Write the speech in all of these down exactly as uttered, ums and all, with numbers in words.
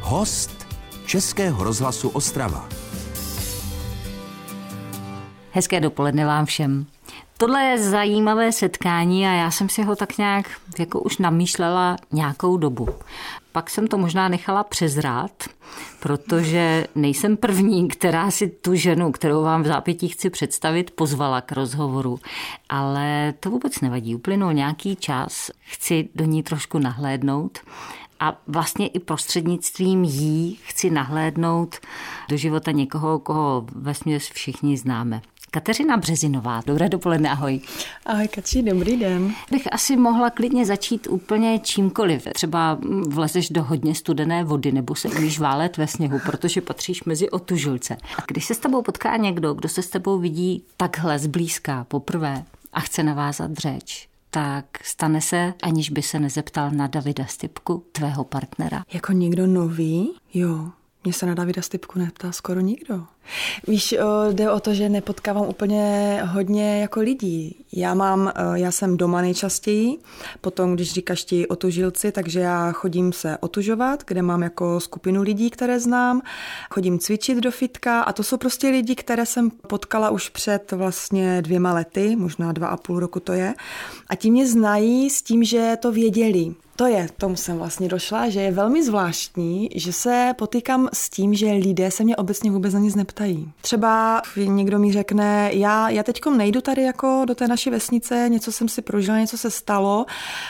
Host Českého rozhlasu Ostrava. Hezké dopoledne vám všem. Tohle je zajímavé setkání a já jsem si ho tak nějak jako už namýšlela nějakou dobu. Pak jsem to možná nechala přezrát, protože nejsem první, která si tu ženu, kterou vám v zápětí chci představit, pozvala k rozhovoru. Ale to vůbec nevadí. Uplynul nějaký čas, chci do ní trošku nahlédnout a vlastně i prostřednictvím jí chci nahlédnout do života někoho, koho vesměs všichni známe. Kateřina Březinová, dobré dopoledne, ahoj. Ahoj Katří, dobrý den. Bych asi mohla klidně začít úplně čímkoliv. Třeba vlezeš do hodně studené vody nebo se umíš válet ve sněhu, protože patříš mezi otužilce. A když se s tebou potká někdo, kdo se s tebou vidí takhle zblízka poprvé a chce navázat řeč, tak stane se, aniž by se nezeptal na Davida Stypku, tvého partnera. Jako někdo nový? Jo. Mě se na Davida Stypku neptá skoro nikdo. Víš, jde o to, že nepotkávám úplně hodně jako lidí. Já mám, já jsem doma nejčastěji, potom, když říkáš ti otužilci, takže já chodím se otužovat, kde mám jako skupinu lidí, které znám, chodím cvičit do fitka a to jsou prostě lidi, které jsem potkala už před vlastně dvěma lety, možná dva a půl roku to je. A ti mě znají s tím, že to věděli. To je, tomu jsem vlastně došla, že je velmi zvláštní, že se potýkám s tím, že lidé se mě obecně vůbec na nic neptají. Třeba někdo mi řekne, já, já teďkom nejdu tady jako do té naší vesnice, něco jsem si prožila, něco se stalo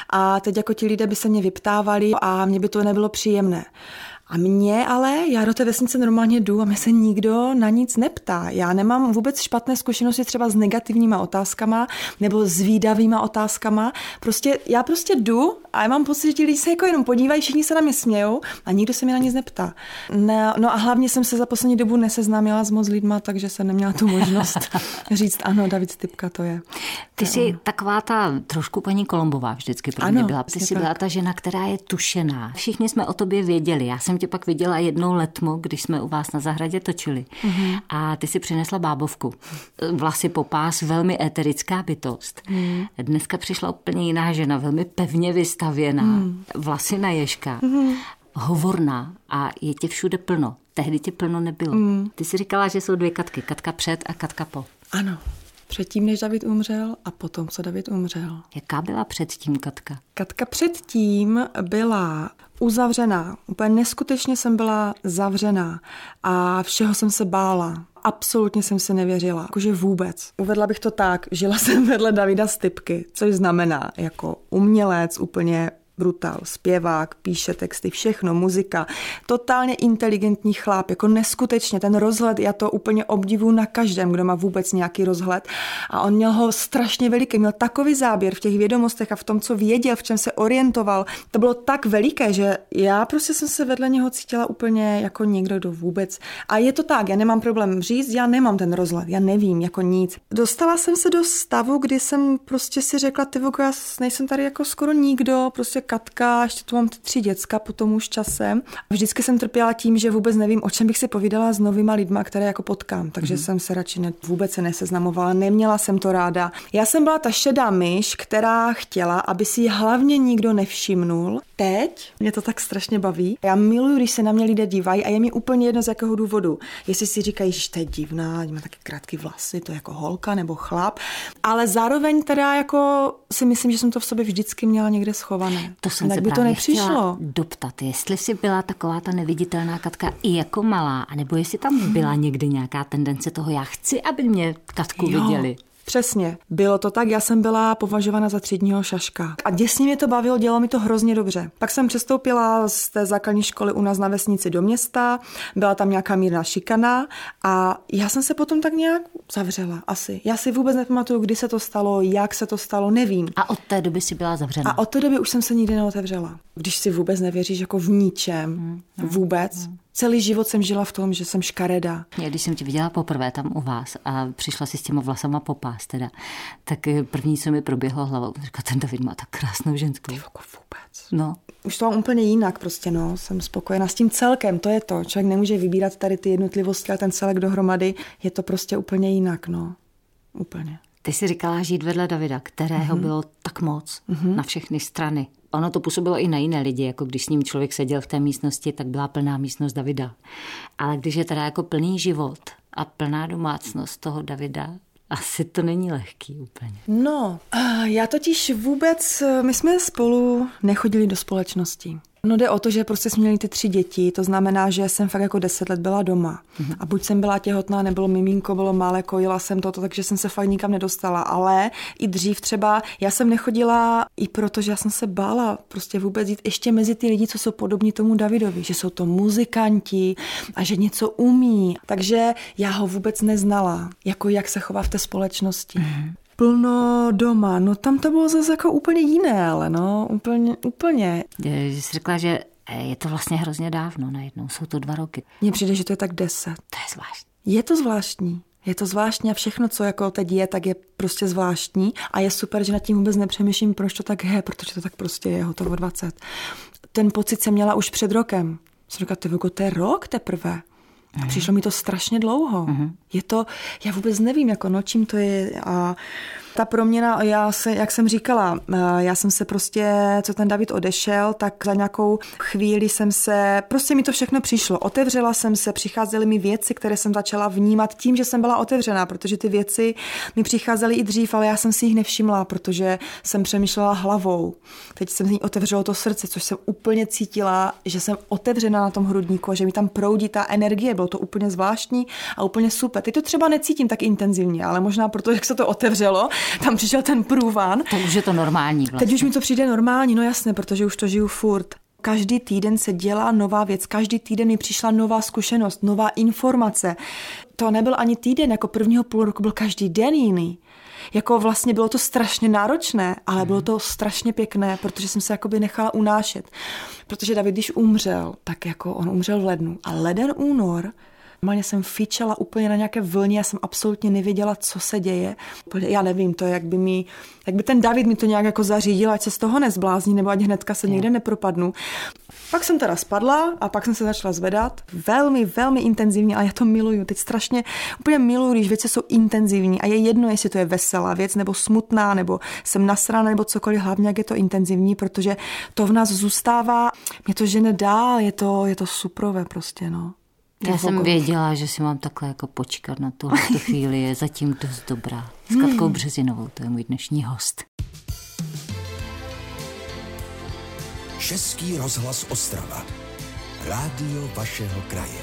a teď jako ti lidé by se mě vyptávali a mně by to nebylo příjemné. A mě ale, já do té vesnice normálně jdu a mě se nikdo na nic neptá. Já nemám vůbec špatné zkušenosti třeba s negativníma otázkama nebo s výdavýma otázkama. Prostě, já prostě jdu a já mám pocit, že ti lidi se jako jenom podívají, všichni se na mě smějou a nikdo se mi na nic neptá. No, no a hlavně jsem se za poslední dobu neseznámila s moc lidma, takže jsem neměla tu možnost říct, ano, David Stypka to je. Ty jsi taková ta trošku paní Kolombová vždycky pro mě byla. Ty jsi byla ta žena, která je tušená. Všichni jsme o tobě věděli. Já jsem tě pak viděla jednou letmo, když jsme u vás na zahradě točili. Mm-hmm. A ty si přinesla bábovku. Vlasy po pás, velmi éterická bytost. Mm. Dneska přišla úplně jiná žena, velmi pevně vystavěná, mm. vlasy na ježka, mm. hovorná a je tě všude plno. Tehdy tě plno nebylo. Mm. Ty si říkala, že jsou dvě Katky. Katka před a Katka po. Ano. Předtím, než David umřel a potom, co David umřel. Jaká byla předtím Katka? Katka předtím byla uzavřená. Úplně neskutečně jsem byla zavřená a všeho jsem se bála. Absolutně jsem si nevěřila, jakože vůbec. Uvedla bych to tak, žila jsem vedle Davida Stypky, což znamená jako umělec úplně brutál, zpěvák, píše texty, všechno, muzika, totálně inteligentní chlap, jako neskutečně, ten rozhled, já to úplně obdivuju na každém, kdo má vůbec nějaký rozhled a on měl ho strašně veliký, měl takový záběr v těch vědomostech a v tom, co věděl, v čem se orientoval, to bylo tak veliké, že já prostě jsem se vedle něho cítila úplně jako někdo, kdo vůbec, a je to tak, já nemám problém říct, já nemám ten rozhled, já nevím, jako nic. Dostala jsem se do stavu, kdy jsem prostě si řekla, ty vogo, já nejsem tady jako skoro nikdo, prostě Katka, ještě tu mám ty tři děcka po tom už časem. Vždycky jsem trpěla tím, že vůbec nevím, o čem bych si povídala s novýma lidma, které jako potkám, takže mm. jsem se radši ne, vůbec se neseznamovala, neměla jsem to ráda. Já jsem byla ta šedá myš, která chtěla, aby si ji hlavně nikdo nevšimnul. Teď mě to tak strašně baví. Já miluji, když se na mě lidé dívají a je mi úplně jedno, z jakého důvodu. Jestli si říkají, že to je divná, má taky krátký vlasy, to je jako holka nebo chlap, ale zároveň teda jako si myslím, že jsem to v sobě vždycky měla někde schované. To jsem se právě chtěla doptat, jestli jsi byla taková ta neviditelná Katka i jako malá, anebo jestli tam byla někdy nějaká tendence toho, já chci, aby mě Katku jo. viděli. Přesně. Bylo to tak, já jsem byla považována za třídního šaška. A děsně mě to bavilo, dělalo mi to hrozně dobře. Pak jsem přestoupila z té základní školy u nás na vesnici do města, byla tam nějaká mírná šikana a já jsem se potom tak nějak zavřela asi. Já si vůbec nepamatuju, kdy se to stalo, jak se to stalo, nevím. A od té doby si byla zavřena? A od té doby už jsem se nikdy neotevřela. Když si vůbec nevěříš jako v ničem, hmm, hmm, vůbec. Hmm. Celý život jsem žila v tom, že jsem škaredá. Já, když jsem tě viděla poprvé tam u vás a přišla si s těma vlasama po pás teda, tak první, co mi proběhlo hlavou, říkala, ten David má tak krásnou ženskou. Ty jako vůbec. No. Už to mám úplně jinak prostě, no. Jsem spokojená s tím celkem, to je to. Člověk nemůže vybírat tady ty jednotlivosti, ale ten celek dohromady je to prostě úplně jinak, no. Úplně. Ty jsi říkala žít vedle Davida, kterého mm-hmm. bylo tak moc mm-hmm. na všechny strany. Ono to působilo i na jiné lidi, jako když s ním člověk seděl v té místnosti, tak byla plná místnost Davida. Ale když je teda jako plný život a plná domácnost toho Davida, asi to není lehký úplně. No, já totiž vůbec, my jsme spolu nechodili do společnosti. No jde o to, že prostě jsme měli ty tři děti, to znamená, že jsem fakt jako deset let byla doma. Mm-hmm. A buď jsem byla těhotná, nebylo miminko, bylo malé, kojila jsem toto, takže jsem se fakt nikam nedostala. Ale i dřív třeba, já jsem nechodila i proto, že já jsem se bála prostě vůbec jít ještě mezi ty lidi, co jsou podobní tomu Davidovi, že jsou to muzikanti a že něco umí. Takže já ho vůbec neznala, jako jak se chová v té společnosti. Mm-hmm. Plno doma, no tam to bylo zase jako úplně jiné, ale no, úplně, úplně. Jsi řekla, že je to vlastně hrozně dávno najednou, jsou to dva roky. Mně přijde, že to je tak deset. To je zvláštní. Je to zvláštní. Je to zvláštní a všechno, co jako teď je, tak je prostě zvláštní a je super, že nad tím vůbec nepřemýšlím, proč to tak je, protože to tak prostě je, hotovo dvacet. Ten pocit jsem měla už před rokem. Jsem říkala, ty to je rok teprve. A přišlo mi to strašně dlouho. Uh-huh. Je to, já vůbec nevím, jako no, čím to je. A ta proměna, já se, jak jsem říkala, já jsem se prostě, co ten David odešel, tak za nějakou chvíli jsem se, prostě mi to všechno přišlo. Otevřela jsem se, přicházely mi věci, které jsem začala vnímat tím, že jsem byla otevřená, protože ty věci mi přicházely i dřív, ale já jsem si jich nevšimla, protože jsem přemýšlela hlavou. Teď jsem z ní otevřela to srdce, což jsem úplně cítila, že jsem otevřená na tom hrudníku, že mi tam proudí ta energie, bylo to úplně zvláštní a úplně super. Teď to třeba necítím tak intenzivně, ale možná proto, jak se to otevřelo, tam přišel ten průvan. Tak už je to normální vlastně. Teď už mi to přijde normální, no jasně, protože už to žiju furt. Každý týden se dělá nová věc, každý týden mi přišla nová zkušenost, nová informace. To nebyl ani týden, jako prvního půl roku byl každý den jiný. Jako vlastně bylo to strašně náročné, ale bylo to strašně pěkné, protože jsem se jakoby nechala unášet. Protože David, když umřel, tak jako on umřel v lednu. A leden, únor, normálně jsem fičela úplně na nějaké vlně, já jsem absolutně nevěděla, co se děje. Já nevím, to je, jak by mi, jak by ten David mi to nějak jako zařídil, ať se z toho nezblázní, nebo ať hnedka se někde nepropadnu. Pak jsem teda spadla a pak jsem se začala zvedat. Velmi, velmi intenzivně, ale já to miluju. Teď strašně úplně miluju, když věci jsou intenzivní a je jedno, jestli to je veselá věc, nebo smutná, nebo jsem nasraná, nebo cokoliv, hlavně jak je to intenzivní, protože to v nás zůstává, mě to žene dál, je to, je to suprové prostě, no. Já jsem věděla, že si mám takhle jako počkat na tuhle chvíli, je zatím dost dobrá. S Katkou hmm. Březinovou, to je můj dnešní host. Český rozhlas Ostrava. Rádio vašeho kraje.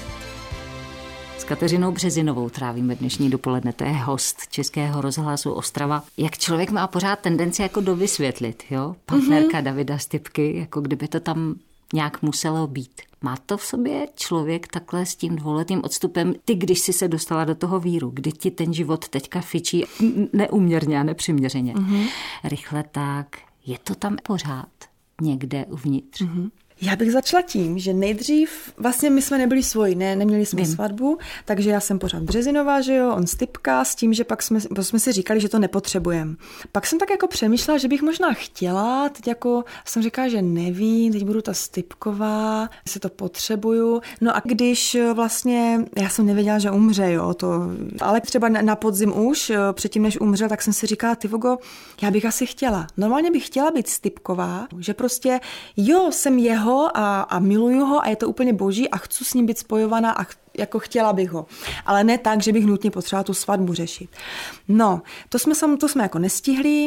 S Kateřinou Březinovou trávíme dnešní dopoledne, to je host Českého rozhlasu Ostrava. Jak člověk má pořád tendenci jako dovysvětlit, jo? Partnerka mm-hmm. Davida Stypky, jako kdyby to tam nějak muselo být. Má to v sobě člověk takhle s tím dvouletým odstupem, ty, když jsi se dostala do toho víru, kdy ti ten život teďka fičí neúměrně a nepřiměřeně, mm-hmm. rychle, tak je to tam pořád někde uvnitř. Mm-hmm. Já bych začala tím, že nejdřív, vlastně my jsme nebyli svoji, ne, neměli jsme Vím. svatbu, takže já jsem pořád Březinová, že jo, on Stypka, s tím, že pak jsme, jsme si říkali, že to nepotřebujeme. Pak jsem tak jako přemýšlela, že bych možná chtěla, teď jako jsem říkala, že nevím, teď budu ta Stypková, si to potřebuju. No a když vlastně, já jsem nevěděla, že umře, jo, to, ale třeba na, na podzim už, předtím než umřel, tak jsem si říkala, ty vogo, já bych asi chtěla. Normálně bych chtěla být Stypková, že prostě, jo, jsem jeho A, a miluju ho a je to úplně boží a chci s ním být spojovaná a ch, jako chtěla bych ho. Ale ne tak, že bych nutně potřebovala tu svatbu řešit. No, to jsme, sam, to jsme jako nestihli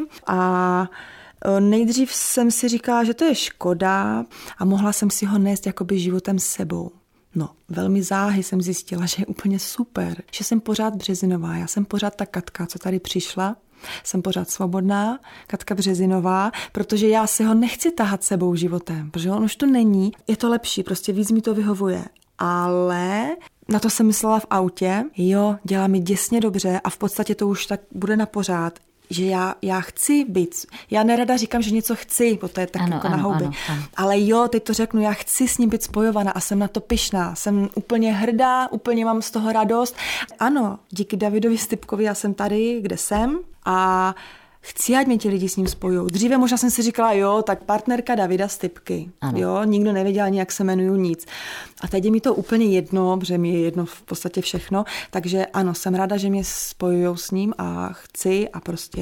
a nejdřív jsem si říkala, že to je škoda a mohla jsem si ho nést jakoby životem s sebou. No, velmi záhy jsem zjistila, že je úplně super, že jsem pořád Březinová, já jsem pořád ta Katka, co tady přišla. Jsem pořád svobodná, Katka Březinová, protože já si ho nechci tahat sebou životem, protože on už to není. Je to lepší, prostě víc mi to vyhovuje. Ale na to jsem myslela v autě, jo, dělá mi děsně dobře a v podstatě to už tak bude na pořád, že já, já chci být. Já nerada říkám, že něco chci, bo to je tak ano, jako ano, na houby. ano, ano. Ale jo, teď to řeknu, já chci s ním být spojovaná a jsem na to pyšná. Jsem úplně hrdá, úplně mám z toho radost. Ano, díky Davidovi Stypkovi já jsem tady, kde jsem a chci, ať mě ti lidi s ním spojou. Dříve možná jsem si říkala, jo, tak partnerka Davida Stypky. Ano. Jo, nikdo nevěděl ani, jak se jmenuju, nic. A teď je mi to úplně jedno, protože mi je jedno v podstatě všechno. Takže ano, jsem ráda, že mě spojujou s ním a chci a prostě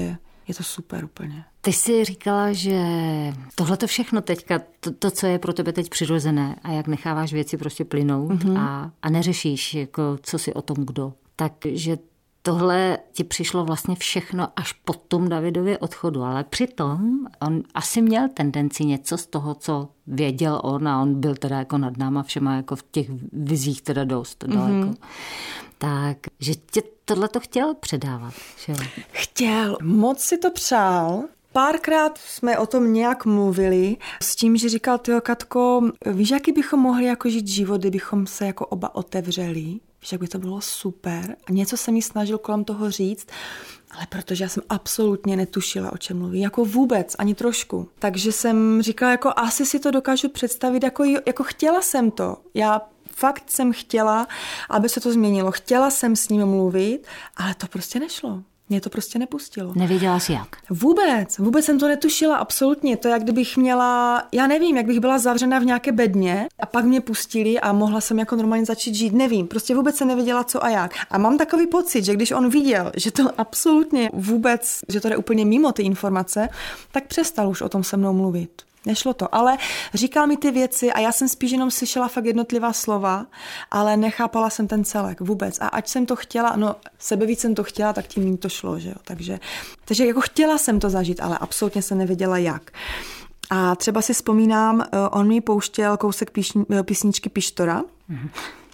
Je to super úplně. Ty jsi říkala, že tohle to všechno teďka, to, to, co je pro tebe teď přirozené a jak necháváš věci prostě plynout mm-hmm. a, a neřešíš, jako, co si o tom kdo, takže tohle ti přišlo vlastně všechno až po tom Davidově odchodu, ale přitom on asi měl tendenci něco z toho, co věděl on a on byl teda jako nad náma všema jako v těch vizích teda dost daleko. Mm-hmm. Tak, že tě tohle to chtěl předávat, že? Chtěl, moc si to přál. Párkrát jsme o tom nějak mluvili s tím, že říkal, tyjo, Katko, víš, jaký bychom mohli jako žít život, kdybychom se jako oba otevřeli? Víš, jak by to bylo super. A něco se mi snažil kolem toho říct, ale protože já jsem absolutně netušila, o čem mluví. Jako vůbec, ani trošku. Takže jsem říkala, jako asi si to dokážu představit, jako, jako chtěla jsem to. Já fakt jsem chtěla, aby se to změnilo. Chtěla jsem s ním mluvit, ale to prostě nešlo. Mě to prostě nepustilo. Nevěděla jsi jak? Vůbec, vůbec jsem to netušila, absolutně. To jak kdybych měla, já nevím, jak bych byla zavřena v nějaké bedně a pak mě pustili a mohla jsem jako normálně začít žít, nevím. Prostě vůbec jsem nevěděla, co a jak. A mám takový pocit, že když on viděl, že to absolutně vůbec, že to jde úplně mimo ty informace, tak přestal už o tom se mnou mluvit. Nešlo to, ale říkal mi ty věci a já jsem spíš jenom slyšela fakt jednotlivá slova, ale nechápala jsem ten celek vůbec. A ať jsem to chtěla, no sebevíc jsem to chtěla, tak tím méně to šlo, že jo. Takže, takže jako chtěla jsem to zažít, ale absolutně jsem nevěděla jak. A třeba si vzpomínám, on mi pouštěl kousek píšni, písničky Pištora. Mm-hmm.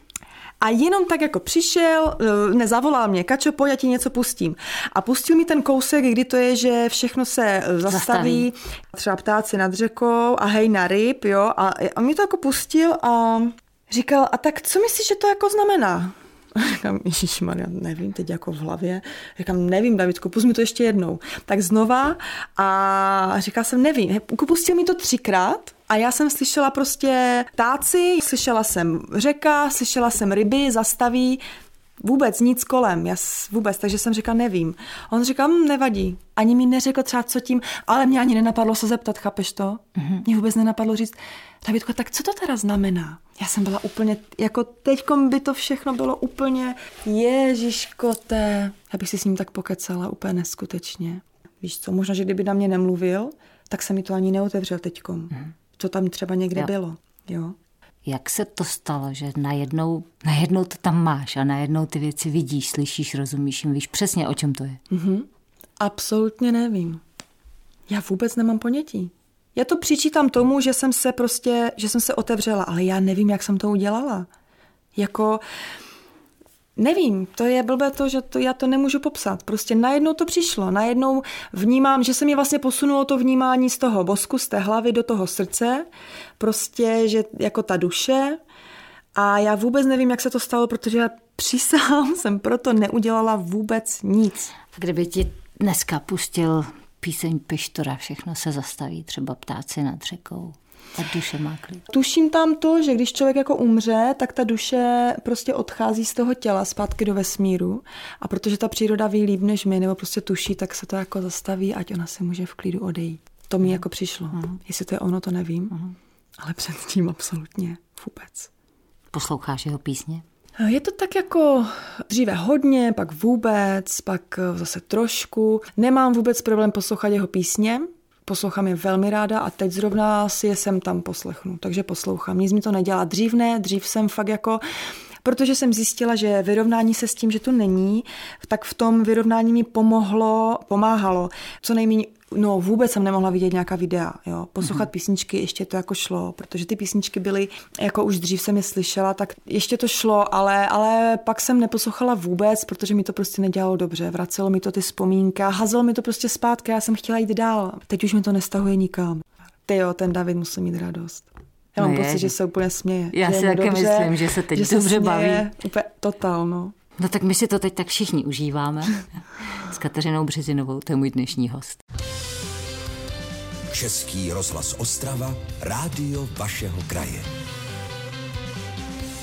A jenom tak jako přišel, nezavolal mě, Kačo, pojď, já ti něco pustím. A pustil mi ten kousek, kdy to je, že všechno se zastaví, zastaví. Třeba ptáci nad řekou a hej na ryb, jo. A on mi to jako pustil a říkal, a tak co myslíš, že to jako znamená? A říkám, ježišmarja, nevím, teď jako v hlavě. Říkám, nevím, Davidku, pust mi to ještě jednou. Tak znova a říkal jsem, nevím. Pustil mi to třikrát. A já jsem slyšela prostě ptáci, slyšela jsem řeka, slyšela jsem ryby, zastaví, vůbec nic kolem, já vůbec, takže jsem říkala, nevím. On říkal, hm, nevadí, ani mi neřekl třeba co tím, ale mě ani nenapadlo se zeptat, chápeš to? Mm-hmm. Mě vůbec nenapadlo říct, Davidko, tak co to teda znamená? Já jsem byla úplně, jako teďkom by to všechno bylo úplně, ježiškoté. Já bych si s ním tak pokecala, úplně neskutečně. Víš co, možná, že kdyby na mě nemluvil, tak se mi to ani neotevřel teďkom. Mm-hmm. Co tam třeba někde jo. bylo. Jo. Jak se to stalo, že najednou, najednou to tam máš a najednou ty věci vidíš, slyšíš, rozumíš jim, víš přesně, o čem to je? Mm-hmm. Absolutně nevím. Já vůbec nemám ponětí. Já to přičítám tomu, že jsem se prostě, že jsem se otevřela, ale já nevím, jak jsem to udělala. Jako, nevím, to je blbé to, že to, já to nemůžu popsat. Prostě najednou to přišlo, najednou vnímám, že se mi vlastně posunulo to vnímání z toho bosku, z té hlavy do toho srdce, prostě, že jako ta duše a já vůbec nevím, jak se to stalo, protože já přísahám jsem proto neudělala vůbec nic. A kdyby ti dneska pustil píseň Pištora, všechno se zastaví, třeba ptáci nad řekou. A duše má klid. Tuším tam to, že když člověk jako umře, tak ta duše prostě odchází z toho těla zpátky do vesmíru a protože ta příroda ví líp než my, nebo prostě tuší, tak se to jako zastaví, ať ona se může v klidu odejít. To mi mm. jako přišlo. Mm. Jestli to je ono, to nevím, mm. ale předtím absolutně vůbec. Posloucháš jeho písně? Je to tak jako dříve hodně, pak vůbec, pak zase trošku. Nemám vůbec problém poslouchat jeho písně. Poslouchám je velmi ráda a teď zrovna si je sem tam poslechnu, takže poslouchám. Nic mi to nedělá. Dřív ne, dřív jsem fakt jako, protože jsem zjistila, že vyrovnání se s tím, že tu není, tak v tom vyrovnání mi pomohlo, pomáhalo. Co nejméně, no vůbec jsem nemohla vidět nějaká videa, jo. Poslouchat mm-hmm. písničky ještě to jako šlo, protože ty písničky byly, jako už dřív jsem je slyšela, tak ještě to šlo, ale, ale pak jsem neposlouchala vůbec, protože mi to prostě nedělalo dobře. Vracelo mi to ty vzpomínky a hazelo mi to prostě zpátky, já jsem chtěla jít dál. Teď už mi to nestahuje nikam. Ty jo, ten David musí mít radost. Já mám no pocit, že se úplně směje. Já si taky myslím, že se teď že dobře se baví. Úplně totál, no. No tak my si to teď tak všichni užíváme. S Kateřinou Březinovou, to je můj dnešní host. Český rozhlas Ostrava, rádio vašeho kraje.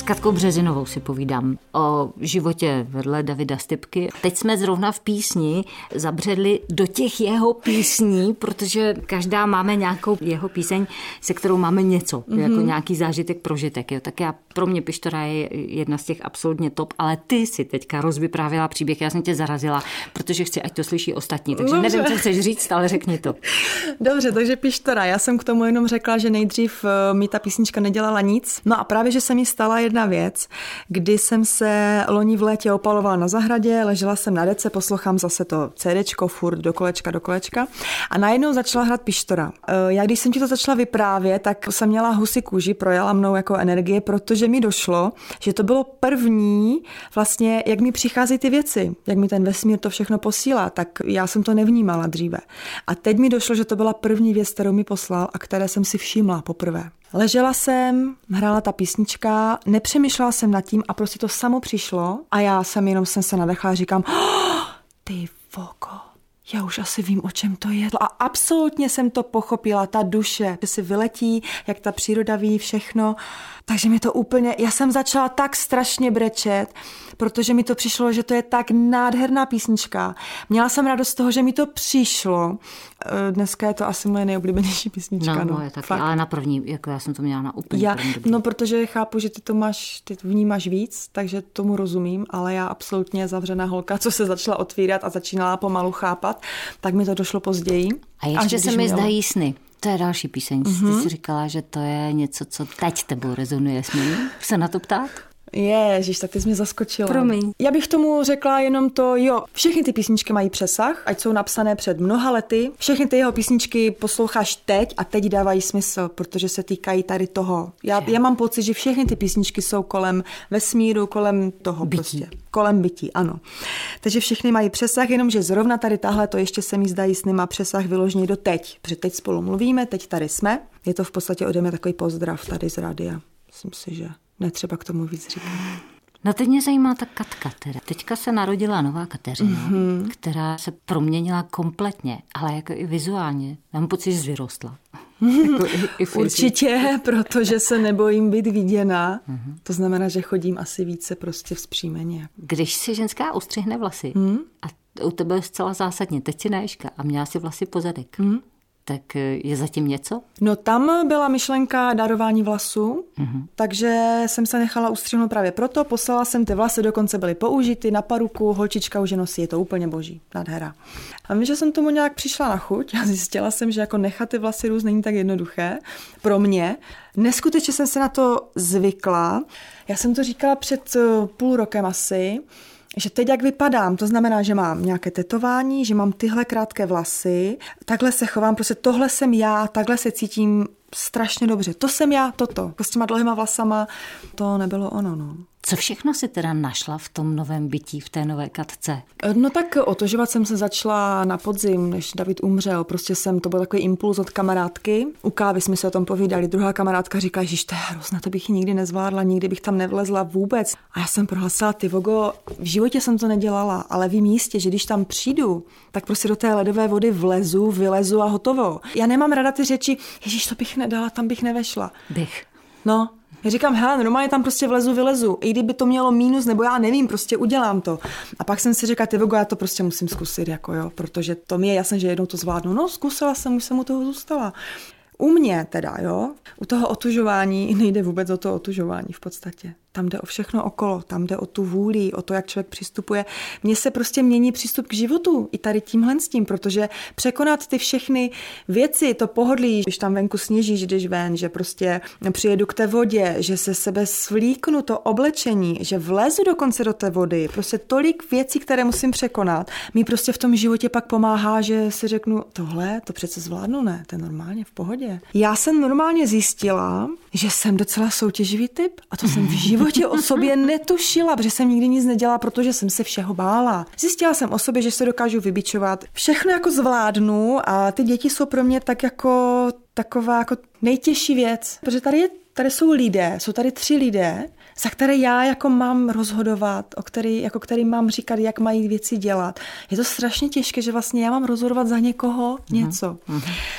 Katkou Březinovou si povídám o životě vedle Davida Stypky. Teď jsme zrovna v písni zabředli do těch jeho písní, protože každá máme nějakou jeho píseň, se kterou máme něco, mm-hmm. jako nějaký zážitek, prožitek. Jo. Tak já, pro mě Pištora je jedna z těch absolutně top, ale ty si teďka rozvyprávěla příběh, já jsem tě zarazila, protože chci, ať to slyší ostatní. Takže Dobře. Nevím, co chceš říct, ale řekni to. Dobře, takže Pištora. Já jsem k tomu jenom řekla, že nejdřív mi ta písnička nedělala nic. No a právě, že se mi stala jedna věc, kdy jsem se loni v létě opalovala na zahradě, ležela jsem na dece, poslouchám zase to cédéčko furt do kolečka, do kolečka a najednou začala hrát Pištora. Já když jsem ti to začala vyprávět, tak jsem měla husí kůži, projela mnou jako energie, protože mi došlo, že to bylo první vlastně, jak mi přichází ty věci, jak mi ten vesmír to všechno posílá, tak já jsem to nevnímala dříve. A teď mi došlo, že to byla první věc, kterou mi poslal a které jsem si všimla poprvé. Ležela jsem, hrála ta písnička, nepřemýšlela jsem nad tím a prostě to samo přišlo a já jsem jenom jsem se nadechla a říkám, oh, ty voko, já už asi vím, o čem to je. A absolutně jsem to pochopila, ta duše, že si vyletí, jak ta příroda ví všechno. Takže mi to úplně, já jsem začala tak strašně brečet, protože mi to přišlo, že to je tak nádherná písnička. Měla jsem radost z toho, že mi to přišlo. Dneska je to asi moje nejoblíbenější písnička. No, no taky, ale na první, jako já jsem to měla na úplně já, první dobu. No, protože chápu, že ty to máš, ty vnímáš víc, takže tomu rozumím, ale já absolutně zavřená holka, co se začala otvírat a začínala pomalu chápat, tak mi to došlo později. A ještě se mi zdají sny. To je další píseň. Mm-hmm. Ty jsi říkala, že to je něco, co teď tebou rezonuje s ním. Se na to ptát? Ježiš, tak ty jsi mě zaskočila. Promiň. Já bych tomu řekla jenom to, jo, všechny ty písničky mají přesah, ať jsou napsané před mnoha lety. Všechny ty jeho písničky posloucháš teď a teď dávají smysl, protože se týkají tady toho. Já, já mám pocit, že všechny ty písničky jsou kolem vesmíru, kolem toho bytí. Prostě. Kolem bytí, ano. Takže všechny mají přesah, jenomže zrovna tady tahle to ještě se mi zdají sny má přesah vyložený do teď. Protože teď spolu mluvíme, teď tady jsme. Je to v podstatě ode mě takový pozdrav tady z rádia. Myslím si, že netřeba k tomu víc říkat. No teď mě zajímá ta Katka teda. Teďka se narodila nová Kateřina, mm-hmm. která se proměnila kompletně, ale jako i vizuálně. Mám pocit, že vyrostla. Jako i, i Určitě, protože se nebojím být viděna. Mm-hmm. To znamená, že chodím asi více prostě vzpřímeně. Když si ženská ustřihne vlasy mm. a u tebe je zcela zásadně, teď si Nežka a měla si vlasy po zadek. Mm. Tak je zatím něco? No tam byla myšlenka darování vlasů, mm-hmm. takže jsem se nechala ustřihnout právě proto, poslala jsem ty vlasy, dokonce byly použity na paruku, holčička už je nosí, je to úplně boží, nádhera. A vím, že jsem tomu nějak přišla na chuť a zjistila jsem, že jako nechat ty vlasy růst není tak jednoduché pro mě. Neskutečně jsem se na to zvykla. Já jsem to říkala před půl rokem asi, že teď jak vypadám, to znamená, že mám nějaké tetování, že mám tyhle krátké vlasy, takhle se chovám, prostě tohle jsem já, takhle se cítím strašně dobře. To jsem já, toto. S těma dlouhýma vlasama, to nebylo ono, no. Co všechno si teda našla v tom novém bytí, v té nové Katce? No tak otužovat jsem se začala na podzim, než David umřel. Prostě jsem, to byl takový impuls od kamarádky. U kávy jsme se o tom povídali. Druhá kamarádka říká, že to je hrozné, to bych ji nikdy nezvládla, nikdy bych tam nevlezla vůbec. A já jsem prohlásila, ty vogo, v životě jsem to nedělala, ale vím jistě, že když tam přijdu, tak prostě do té ledové vody vlezu, vylezu a hotovo. Já nemám ráda ty řeči, ježíš, to bych nedala, tam bych nevešla. Bych. No, já říkám, hele, normálně tam prostě vlezu, vylezu. I kdyby to mělo mínus, nebo já nevím, prostě udělám to. A pak jsem si říkala, ty vogo, já to prostě musím zkusit, jako jo, protože to mi je jasné, že jednou to zvládnu. No, zkusila jsem, už jsem u toho zůstala. U mě teda, jo, u toho otužování nejde vůbec o to otužování v podstatě. Tam jde o všechno okolo, tam jde o tu vůli, o to, jak člověk přistupuje. Mně se prostě mění přístup k životu i tady tímhle s tím, protože překonat ty všechny věci, to pohodlí, když tam venku sněží, že jdeš ven, že prostě přijedu k té vodě, že se sebe svlíknu to oblečení, že vlezu dokonce do té vody, prostě tolik věcí, které musím překonat, mi prostě v tom životě pak pomáhá, že si řeknu, tohle, to přece zvládnu, ne, to je normálně v pohodě. Já jsem normálně zjistila, že jsem docela soutěživý typ a to jsem v životě o sobě netušila, protože jsem nikdy nic nedělala, protože jsem se všeho bála. Zjistila jsem o sobě, že se dokážu vybičovat. Všechno jako zvládnu a ty děti jsou pro mě tak jako taková jako nejtěžší věc, protože tady, je, tady jsou lidé, jsou tady tři lidé, za které já jako mám rozhodovat, o který, jako který mám říkat, jak mají věci dělat. Je to strašně těžké, že vlastně já mám rozhodovat za někoho něco. Mm-hmm.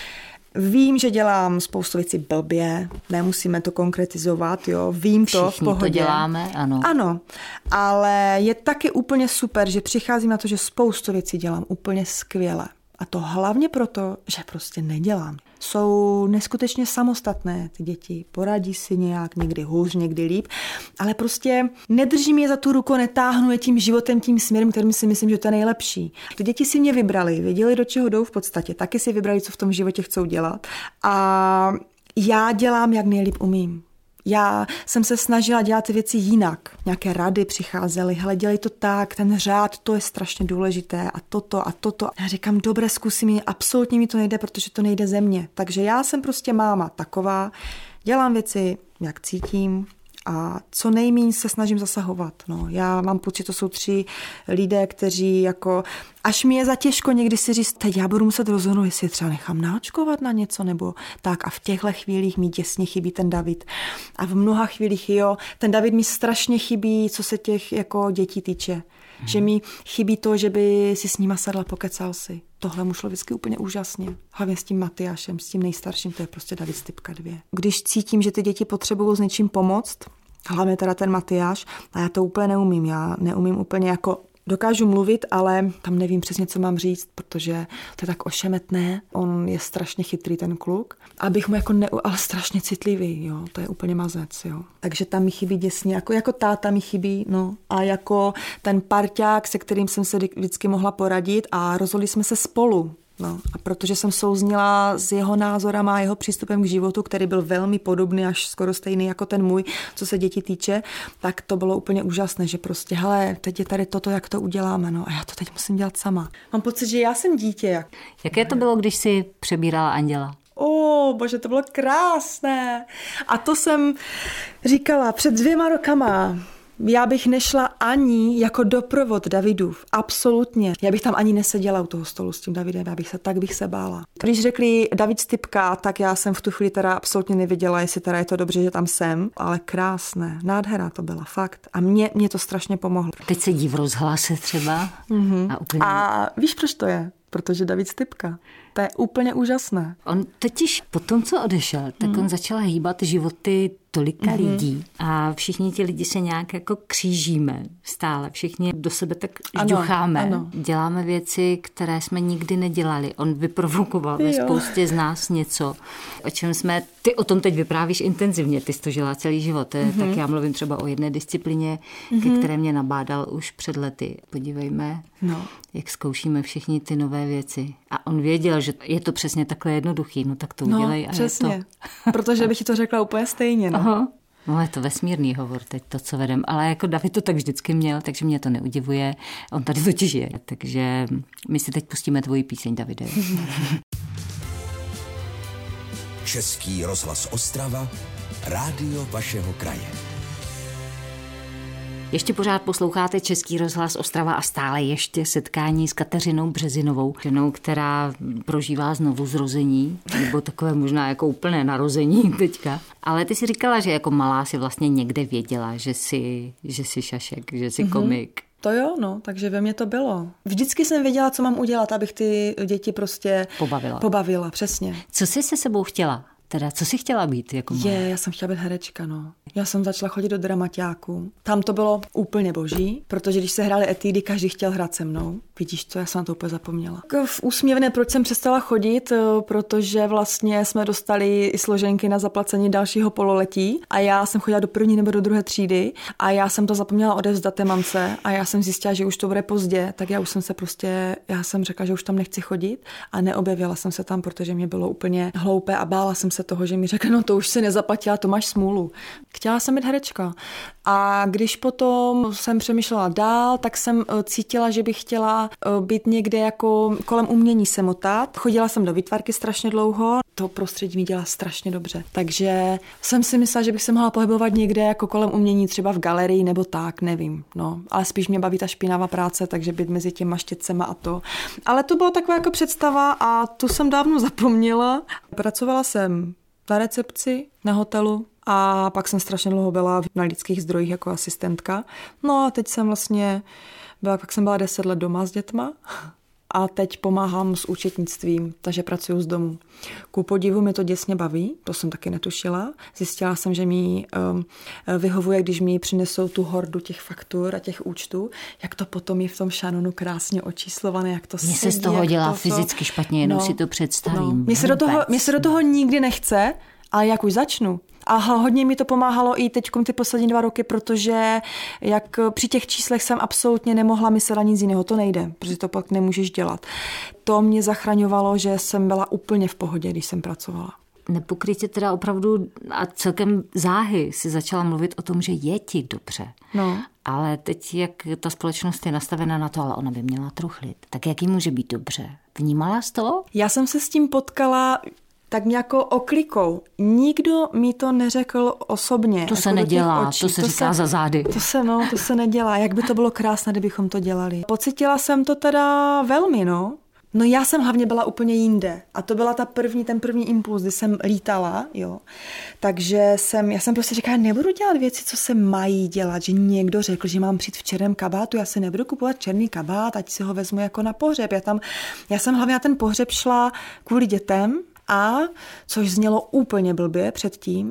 Vím, že dělám spoustu věcí blbě, nemusíme to konkretizovat, jo, vím to Všichni v pohodě. to děláme, ano. Ano, ale je taky úplně super, že přicházím na to, že spoustu věcí dělám úplně skvěle. A to hlavně proto, že prostě nedělám. Jsou neskutečně samostatné ty děti, poradí si nějak, někdy hůř, někdy líp, ale prostě nedržím je za tu ruku, netáhnu je tím životem, tím směrem, kterým si myslím, že to je nejlepší. Ty děti si mě vybrali, věděli, do čeho jdou v podstatě, taky si vybrali, co v tom životě chcou dělat a já dělám, jak nejlíp umím. Já jsem se snažila dělat ty věci jinak. Nějaké rady přicházely, hele, dělej to tak, ten řád, to je strašně důležité a toto a toto. Já říkám, dobré, zkusím, absolutně mi to nejde, protože to nejde ze mě. Takže já jsem prostě máma taková, dělám věci, jak cítím a co nejméně se snažím zasahovat. No, já mám pocit, to jsou tři lidé, kteří jako, až mi je za těžko někdy si říct, teď já budu muset rozhodnout, jestli třeba nechám náčkovat na něco, nebo tak a v těchto chvílích mi děsně chybí ten David. A v mnoha chvílích, jo, ten David mi strašně chybí, co se těch jako dětí týče. Hmm. Že mi chybí to, že by si s nima sedla, pokecal si. Tohle mu šlo vždycky úplně úžasně. Hlavně s tím Matyášem, s tím nejstarším, to je prostě David Stypka dvě. Když cítím, že ty děti potřebují s něčím pomoct, hlavně teda ten Matyáš, a já to úplně neumím. Já neumím úplně jako, dokážu mluvit, ale tam nevím přesně, co mám říct, protože to je tak ošemetné. On je strašně chytrý, ten kluk. Abych mu jako ne, ale strašně citlivý, jo. To je úplně mazec, jo. Takže tam mi chybí děsně, jako, jako táta mi chybí, no. A jako ten parťák, se kterým jsem se vždycky mohla poradit a rozhodli jsme se spolu. No, a protože jsem souznila s jeho názorama a jeho přístupem k životu, který byl velmi podobný, až skoro stejný jako ten můj, co se děti týče, tak to bylo úplně úžasné, že prostě, hele, teď je tady toto, jak to uděláme, no a já to teď musím dělat sama. Mám pocit, že já jsem dítě. Jak... Jaké to bylo, když jsi přebírala Anděla? O, bože, to bylo krásné. A to jsem říkala před dvěma rokama. Já bych nešla ani jako doprovod Davidův, absolutně. Já bych tam ani neseděla u toho stolu s tím Davidem, já bych se, tak bych se bála. Když řekli David Stypka, tak já jsem v tu chvíli teda absolutně nevěděla, jestli teda je to dobře, že tam jsem, ale krásné, nádhera to byla, fakt. A mě, mě to strašně pomohlo. Teď sedí v rozhlase třeba. Mm-hmm. A, úplně... a víš, proč to je? Protože David Stypka. To je úplně úžasné. On totiž po tom, co odešel, tak mm. on začal hýbat životy tolika mm-hmm. lidí a všichni ti lidi se nějak jako křížíme stále. Všichni do sebe tak žducháme. Ano, ano. Děláme věci, které jsme nikdy nedělali. On vyprovokoval ve spoustě z nás něco, o čem jsme... Ty o tom teď vyprávíš intenzivně. Ty jsi to žila celý život. Mm-hmm. Tak já mluvím třeba o jedné disciplíně, mm-hmm. ke které mě nabádal už před lety. Podívejme, no. jak zkoušíme všichni ty nové věci. A on věděl, že je to přesně takhle jednoduchý, no tak to no, udělej a přesně. je to. Protože bych ti to řekla úplně stejně, no. Aha. No je to vesmírný hovor teď to, co vedem, ale jako David to tak vždycky měl, takže mě to neudivuje. On tady totiž je, takže my si teď pustíme tvoji píseň, Davide. Český rozhlas Ostrava, rádio vašeho kraje. Ještě pořád posloucháte Český rozhlas Ostrava a stále ještě setkání s Kateřinou Březinovou, ženou, která prožívá znovu zrození, nebo takové možná jako úplné narození teďka. Ale ty si říkala, že jako malá si vlastně někde věděla, že jsi, že jsi šašek, že jsi mm-hmm. komik. To jo, no, takže ve mně to bylo. Vždycky jsem věděla, co mám udělat, abych ty děti prostě pobavila. Pobavila, přesně. Co jsi se sebou chtěla? Teda, co jsi chtěla být? Jako je, já jsem chtěla být herečka, no. Já jsem začala chodit do dramaťáku. Tam to bylo úplně boží, protože když se hrály etídy, každý chtěl hrát se mnou. Vidíš to, já jsem na to úplně zapomněla. V úsměvné, proč jsem přestala chodit, protože vlastně jsme dostali i složenky na zaplacení dalšího pololetí a já jsem chodila do první nebo do druhé třídy a já jsem to zapomněla odevzdat té mamce a já jsem zjistila, že už to bude pozdě, tak já už jsem se prostě, já jsem řekla, že už tam nechci chodit a neobjevila jsem se tam, protože mě bylo úplně hloupé a bála jsem se toho, že mi řekne, no to už si nezaplatila, to máš smůlu. Chtěla jsem být herečka. A když potom jsem přemýšlela dál, tak jsem cítila, že bych chtěla být někde jako kolem umění se motat. Chodila jsem do výtvarky strašně dlouho, to prostředí mi dělá strašně dobře. Takže jsem si myslela, že bych se mohla pohybovat někde jako kolem umění, třeba v galerii nebo tak, nevím. No, ale spíš mě baví ta špinavá práce, takže být mezi těma štětcema a to. Ale to byla taková jako představa a tu jsem dávno zapomněla. Pracovala jsem na recepci, na hotelu a pak jsem strašně dlouho byla na lidských zdrojích jako asistentka. No a teď jsem vlastně byla, pak jsem byla deset let doma s dětma a teď pomáhám s účetnictvím, takže pracuji z domu. Ku podivu mi to děsně baví, to jsem taky netušila. Zjistila jsem, že mi um, vyhovuje, když mi přinesou tu hordu těch faktur a těch účtů, jak to potom je v tom šanonu krásně očíslované, jak to sedí. Mně se z toho dělá to, fyzicky špatně, jenom no, si to představím. No. Mně se, do toho, mně se do toho nikdy nechce, ale jak už začnu. A hodně mi to pomáhalo i teď ty poslední dva roky, protože jak při těch číslech jsem absolutně nemohla myslet na nic jiného, to nejde, protože to pak nemůžeš dělat. To mě zachraňovalo, že jsem byla úplně v pohodě, když jsem pracovala. Nepokrytě teda opravdu a celkem záhy si začala mluvit o tom, že je ti dobře. No. Ale teď, jak ta společnost je nastavená na to, ale ona by měla truchlit, tak jak jí může být dobře? Vnímala jsi to? Já jsem se s tím potkala tak nějakou oklikou. Nikdo mi to neřekl osobně. To se nedělá, to se to říká se, za zády. To se, no, to se nedělá. Jak by to bylo krásné, kdybychom to dělali. Pocítila jsem to teda velmi, no. No já jsem hlavně byla úplně jinde. A to byla ta první, ten první impuls, kdy jsem lítala, jo. Takže jsem, já jsem prostě říkala, nebudu dělat věci, co se mají dělat. Že někdo řekl, že mám přijít v černém kabátu, já si nebudu kupovat černý kabát, ať si ho vezmu jako na pohřeb. Já, tam, já jsem hlavně na ten pohřeb šla kvůli dětem, a což znělo úplně blbě předtím, uh,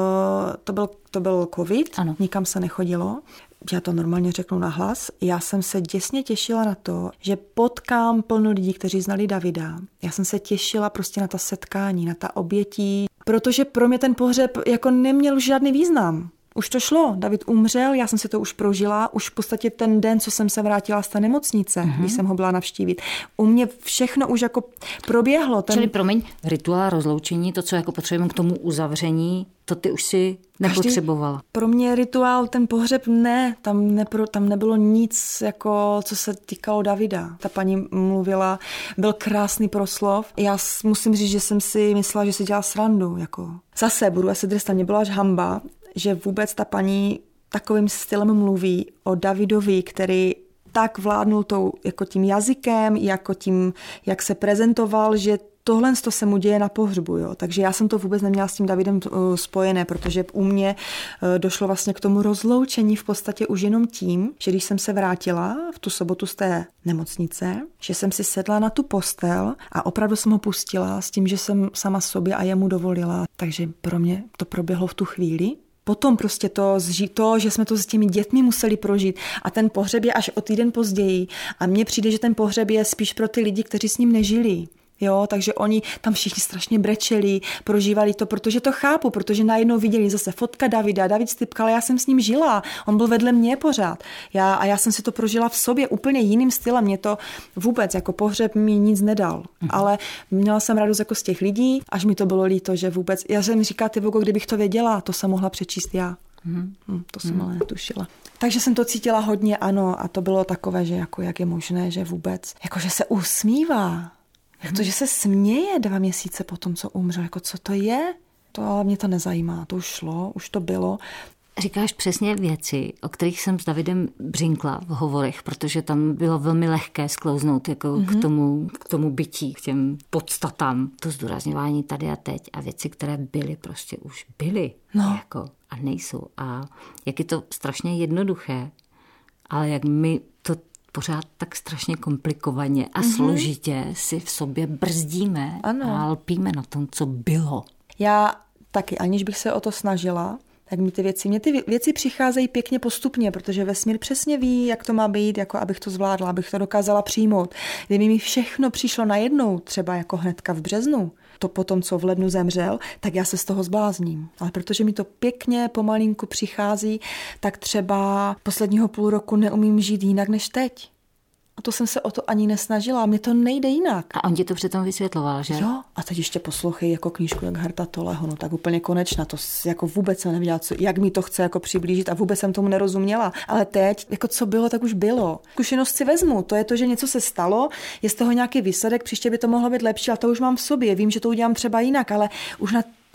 to byl, to byl covid, ano. Nikam se nechodilo. Já to normálně řeknu nahlas. Já jsem se děsně těšila na to, že potkám plno lidí, kteří znali Davida. Já jsem se těšila prostě na ta setkání, na ta obětí, protože pro mě ten pohřeb jako neměl žádný význam. Už to šlo, David umřel, já jsem si to už prožila, už v podstatě ten den, co jsem se vrátila z té nemocnice, mm-hmm. když jsem ho byla navštívit. U mě všechno už jako proběhlo. Ten... Čili promiň, rituál rozloučení, to, co jako potřebujeme k tomu uzavření, to ty už si nepotřebovala. Každý, pro mě rituál, ten pohřeb ne, tam, nepro, tam nebylo nic, jako, co se týkalo Davida. Ta paní mluvila, byl krásný proslov. Já musím říct, že jsem si myslela, že si dělá srandu. Jako. Zase budu asi trestat, mě byla až hamba, že vůbec ta paní takovým stylem mluví o Davidovi, který tak vládnul tou, jako tím jazykem, jako tím, jak se prezentoval, že tohle se mu děje na pohřbu. Jo. Takže já jsem to vůbec neměla s tím Davidem spojené, protože u mě došlo vlastně k tomu rozloučení v podstatě už jenom tím, že když jsem se vrátila v tu sobotu z té nemocnice, že jsem si sedla na tu postel a opravdu jsem ho pustila s tím, že jsem sama sobě a jemu dovolila. Takže pro mě to proběhlo v tu chvíli. Potom prostě to, to, že jsme to s těmi dětmi museli prožít a ten pohřeb je až o týden později a mně přijde, že ten pohřeb je spíš pro ty lidi, kteří s ním nežili. Jo, takže oni tam všichni strašně brečeli, prožívali to, protože to chápu, protože najednou viděli zase fotka Davida, David Stypka, ale já jsem s ním žila, on byl vedle mě pořád. Já, a já jsem si to prožila v sobě úplně jiným stylem, mě to vůbec jako pohřeb mi nic nedal, mhm. ale měla jsem radost jako z těch lidí, až mi to bylo líto, že vůbec, já jsem říkala, ty vogo, kdybych to věděla, to jsem mohla přečíst já. Mhm. Hm, to jsem mhm. ale netušila. Takže jsem to cítila hodně, ano, a to bylo takové, že jako jak je možné, že vůbec, jako že se usmívá. Jak to, že se směje dva měsíce po tom, co umřel, jako co to je? To ale mě to nezajímá, to už šlo, už to bylo. Říkáš přesně věci, o kterých jsem s Davidem břinkla v hovorech, protože tam bylo velmi lehké sklouznout jako mm-hmm. k tomu, k tomu bytí, k těm podstatám, to zdůrazňování tady a teď a věci, které byly, prostě už byly no. jako, a nejsou. A jak je to strašně jednoduché, ale jak my to pořád tak strašně komplikovaně a mm-hmm. složitě si v sobě brzdíme ano. a lpíme na tom, co bylo. Já taky, aniž bych se o to snažila, tak mi ty věci, mě ty věci přicházejí pěkně postupně, protože vesmír přesně ví, jak to má být, jako abych to zvládla, abych to dokázala přijmout. Kdyby mi všechno přišlo najednou, třeba jako hnedka v březnu, to potom, co v lednu zemřel, tak já se z toho zblázním. Ale protože mi to pěkně pomalinku přichází, tak třeba posledního půl roku neumím žít jinak než teď. A to jsem se o to ani nesnažila, mně to nejde jinak. A on ti to přitom vysvětloval, že? Jo, a teď ještě poslouchej jako knížku jak Herta Toleho, no tak úplně konečná, to jako vůbec jsem nevěděla, co, jak mi to chce jako přiblížit a vůbec jsem tomu nerozuměla. Ale teď, jako co bylo, tak už bylo. Zkušenost si vezmu, to je to, že něco se stalo, je z toho nějaký výsledek, příště by to mohlo být lepší, a to už mám v sobě, vím, že to udělám třeba jinak, ale už na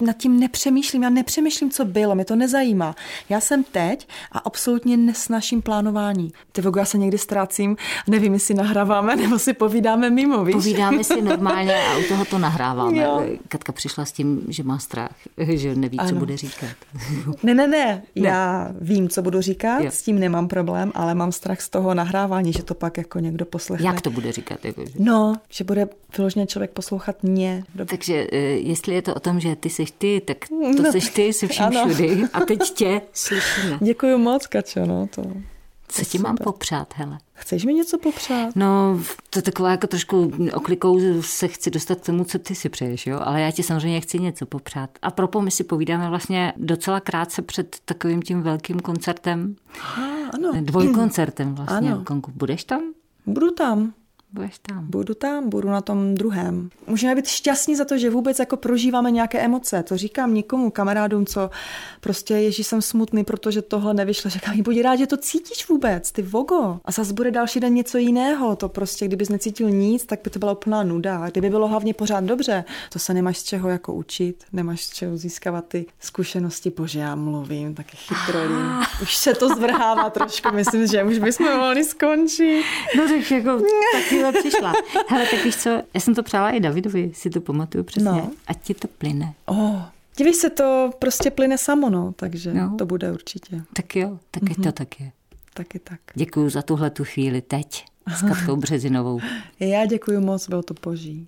nad tím nepřemýšlím, já nepřemýšlím, co bylo, mě to nezajímá. Já jsem teď a absolutně nesnáším plánování. Ty vogo, já se někdy ztrácím, nevím, jestli nahráváme, nebo si povídáme mimo, víš? Povídáme si normálně a u toho to nahráváme. Jo. Katka přišla s tím, že má strach, že neví, ano. co bude říkat. Ne, ne, ne, já ne. vím, co budu říkat, jo. S tím nemám problém, ale mám strach z toho nahrávání, že to pak jako někdo poslechne. Jak to bude říkat? Jako, že... No, že bude vyloženě člověk poslouchat mě. Takže jestli je to o tom, že ty seš ty, tak to no, seš ty, jsi vším všudy a teď tě slyšíme. Děkuju moc, Kačo, no to... Co ti mám popřát, hele? Chceš mi něco popřát? No, to je taková jako trošku oklikou se chci dostat k tomu, co ty si přeješ, jo? Ale já ti samozřejmě chci něco popřát. A propo, my si povídáme vlastně docela krátce před takovým tím velkým koncertem. Aha, ano. Dvojkoncertem vlastně. Ano. Konku, budeš tam? Budu tam. Budeš tam. Budu tam, budu na tom druhém. Můžeme být šťastní za to, že vůbec jako prožíváme nějaké emoce. To říkám nikomu, kamarádům, co prostě Ježíš, jsem smutný, protože tohle nevyšlo. Říkám, buď rád, že to cítíš vůbec, ty vogo. A zase bude další den něco jiného. To prostě, kdybys necítil nic, tak by to byla úplná nuda. A kdyby bylo hlavně pořád dobře, to se nemáš z čeho jako učit, nemáš z čeho získávat ty zkušenosti. Bože, já mluvím, taky chytrolím. Už se to zvrhává trošku, myslím, že už bychom mohli skončit. No tak jako taky přišla. Hele, tak víš co, já jsem to přála i Davidovi, si to pamatuju přesně. No. Ať ti to plyne. Oh, dívej se, to prostě plyne samo, no, takže no. To bude určitě. Tak jo, taky mm-hmm. to tak je. Taky tak. Děkuju za tuhle tu chvíli teď s Katkou Březinovou. Já děkuju moc, bylo to boží.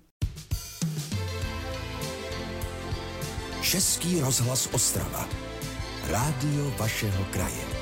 Český rozhlas Ostrava. Rádio vašeho kraje.